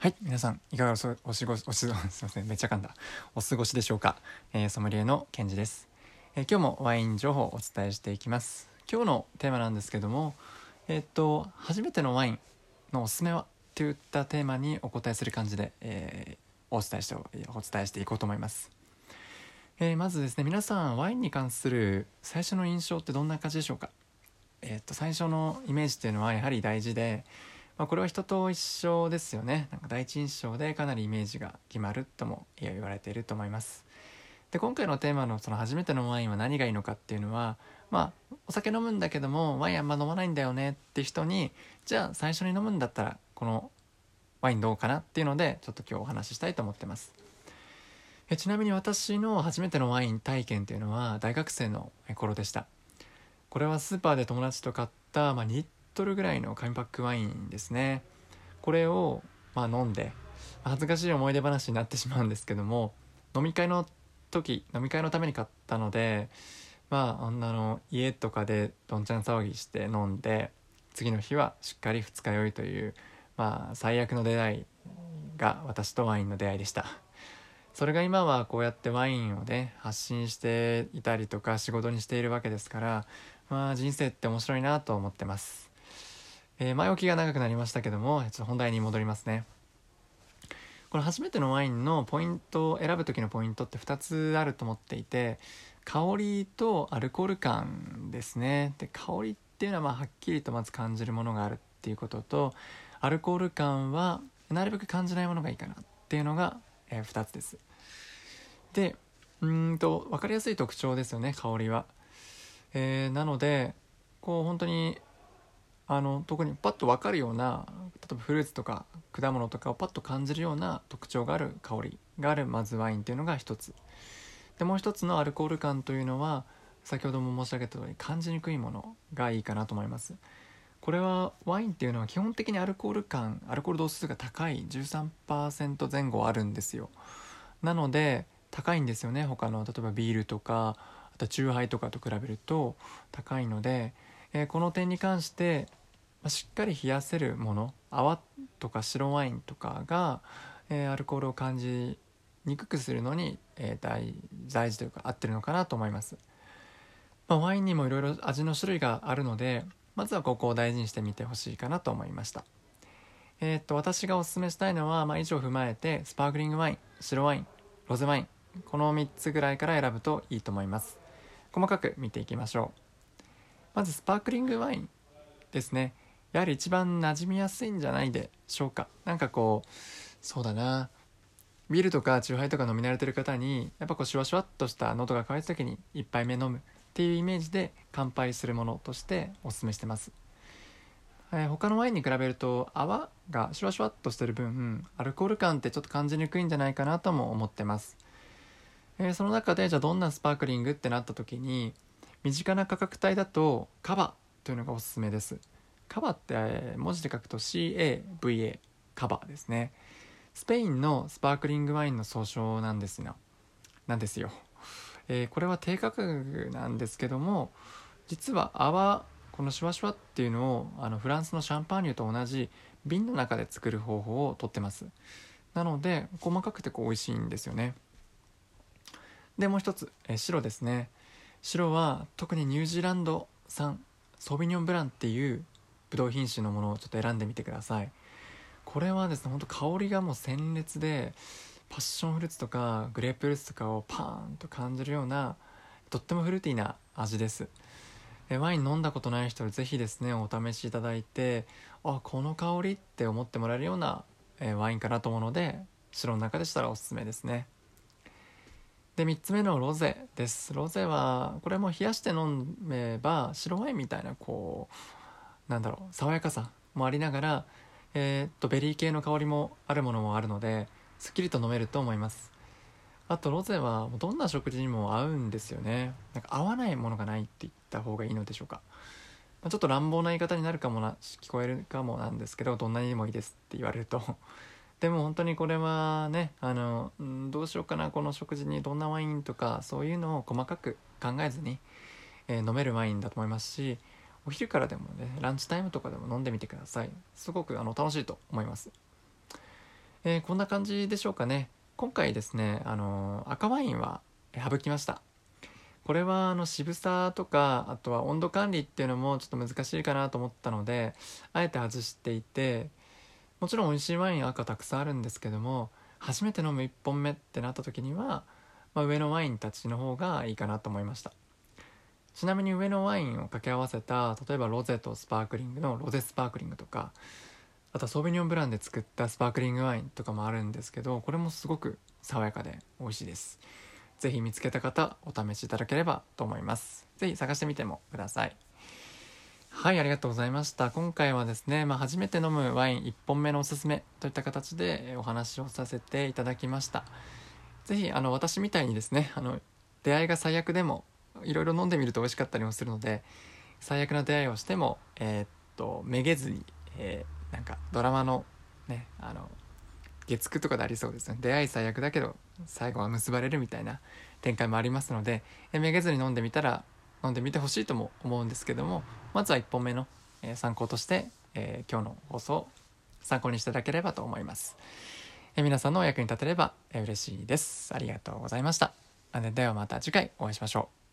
はい、皆さんいかがすいません、めっちゃ噛んだ。お過ごしでしょうか。ソムリエのケンジです。今日もワイン情報をお伝えしていきます。今日のテーマなんですけども、初めてのワインのおすすめはといったテーマにお答えする感じで、お伝えしていこうと思います。まずですね、皆さんワインに関する最初の印象ってどんな感じでしょうか。最初のイメージっていうのはやはり大事で、これは人と一緒ですよね。なんか第一印象でかなりイメージが決まるとも言われていると思います。で、今回のテーマのその初めてのワインは何がいいのかっていうのは、お酒飲むんだけどもワインあんま飲まないんだよねって人に、じゃあ最初に飲むんだったらこのワインどうかなっていうので、ちょっと今日お話ししたいと思ってます。ちなみに私の初めてのワイン体験っていうのは大学生の頃でした。これはスーパーで友達と買った、2リットルぐらいの紙パックワインですね。これを、飲んで、恥ずかしい思い出話になってしまうんですけども、飲み会のために買ったので、家とかでどんちゃん騒ぎして飲んで、次の日はしっかり二日酔いという、最悪の出会いが私とワインの出会いでした。それが今はこうやってワインをね発信していたりとか仕事にしているわけですから、人生って面白いなと思ってます。前置きが長くなりましたけども、ちょっと本題に戻りますね。この初めてのワインのポイントを選ぶ時のポイントって2つあると思っていて、香りとアルコール感ですね。で、香りっていうのははっきりとまず感じるものがあるっていうことと、アルコール感はなるべく感じないものがいいかなっていうのが、2つです。で、分かりやすい特徴ですよね、香りは。なのでこう本当に特にパッと分かるような、例えばフルーツとか果物とかをパッと感じるような特徴がある香りがあるまずワインというのが一つで、もう一つのアルコール感というのは先ほども申し上げた通り感じにくいものがいいかなと思います。これはワインっていうのは基本的にアルコール度数が高い 13% 前後あるんですよ。なので高いんですよね。他の例えばビールとかあとチューハイとかと比べると高いので、この点に関して、しっかり冷やせるもの、泡とか白ワインとかが、アルコールを感じにくくするのに、大事というか合ってるのかなと思います。ワインにもいろいろ味の種類があるので、まずはここを大事にしてみてほしいかなと思いました。私がおすすめしたいのは、以上踏まえてスパークリングワイン、白ワイン、ロゼワイン、この3つぐらいから選ぶといいと思います。細かく見ていきましょう。まずスパークリングワインですね。やはり一番馴染みやすいんじゃないでしょうか。そうだな、ビールとかチューハイとか飲み慣れてる方にやっぱシュワシュワっとした喉が渇いた時に一杯目飲むっていうイメージで乾杯するものとしておすすめしてます。他のワインに比べると泡がシュワシュワっとしてる分、アルコール感ってちょっと感じにくいんじゃないかなとも思ってます。その中でじゃあどんなスパークリングってなった時に、身近な価格帯だとカバというのがおすすめです。カバって文字で書くと CAVA、 カバですね。スペインのスパークリングワインの総称なんですよ。これは低価格なんですけども、実はこのシュワシュワっていうのをフランスのシャンパーニュと同じ瓶の中で作る方法をとってます。なので細かくて美味しいんですよね。で、もう一つ、白ですね。白は特にニュージーランド産ソービニョンブランっていうブドウ品種のものをちょっと選んでみてください。これはですね、本当香りがもう鮮烈で、パッションフルーツとかグレープフルーツとかをパーンと感じるような、とってもフルーティーな味です。ワイン飲んだことない人はぜひですねお試しいただいて、この香りって思ってもらえるような、ワインかなと思うので、白の中でしたらおすすめですね。で、3つ目のロゼです。ロゼはこれも冷やして飲めば白ワインみたいな爽やかさもありながら、ベリー系の香りもあるものもあるので、すっきりと飲めると思います。あとロゼはどんな食事にも合うんですよね。合わないものがないって言った方がいいのでしょうか。ちょっと乱暴な言い方になるかも聞こえるかもなんですけど、どんなにでもいいですって言われるとでも本当にこれはね、どうしようかなこの食事にどんなワインとかそういうのを細かく考えずに、飲めるワインだと思いますし、お昼からでもね、ランチタイムとかでも飲んでみてください。すごく楽しいと思います。 こんな感じでしょうかね。今回ですね、赤ワインは省きました。これは渋さとか、あとは温度管理っていうのもちょっと難しいかなと思ったので、あえて外していて、もちろん美味しいワイン赤たくさんあるんですけども、初めて飲む1本目ってなった時には、上のワインたちの方がいいかなと思いました。ちなみに上のワインを掛け合わせた、例えばロゼとスパークリングのロゼスパークリングとか、あとはソービニョンブランで作ったスパークリングワインとかもあるんですけど、これもすごく爽やかで美味しいです。ぜひ見つけた方お試しいただければと思います。ぜひ探してみてもください。はい、ありがとうございました。今回はですね、初めて飲むワイン1本目のおすすめといった形でお話をさせていただきました。ぜひ私みたいにですね、出会いが最悪でもいろいろ飲んでみると美味しかったりもするので、最悪な出会いをしてもめげずに、なんかドラマのね、月9とかでありそうですね。出会い最悪だけど最後は結ばれるみたいな展開もありますので、めげずに飲んでみてほしいとも思うんですけども、まずは1本目の、参考として、今日の放送を参考にしていただければと思います。皆さんのお役に立てれば、嬉しいです。ありがとうございました。ではまた次回お会いしましょう。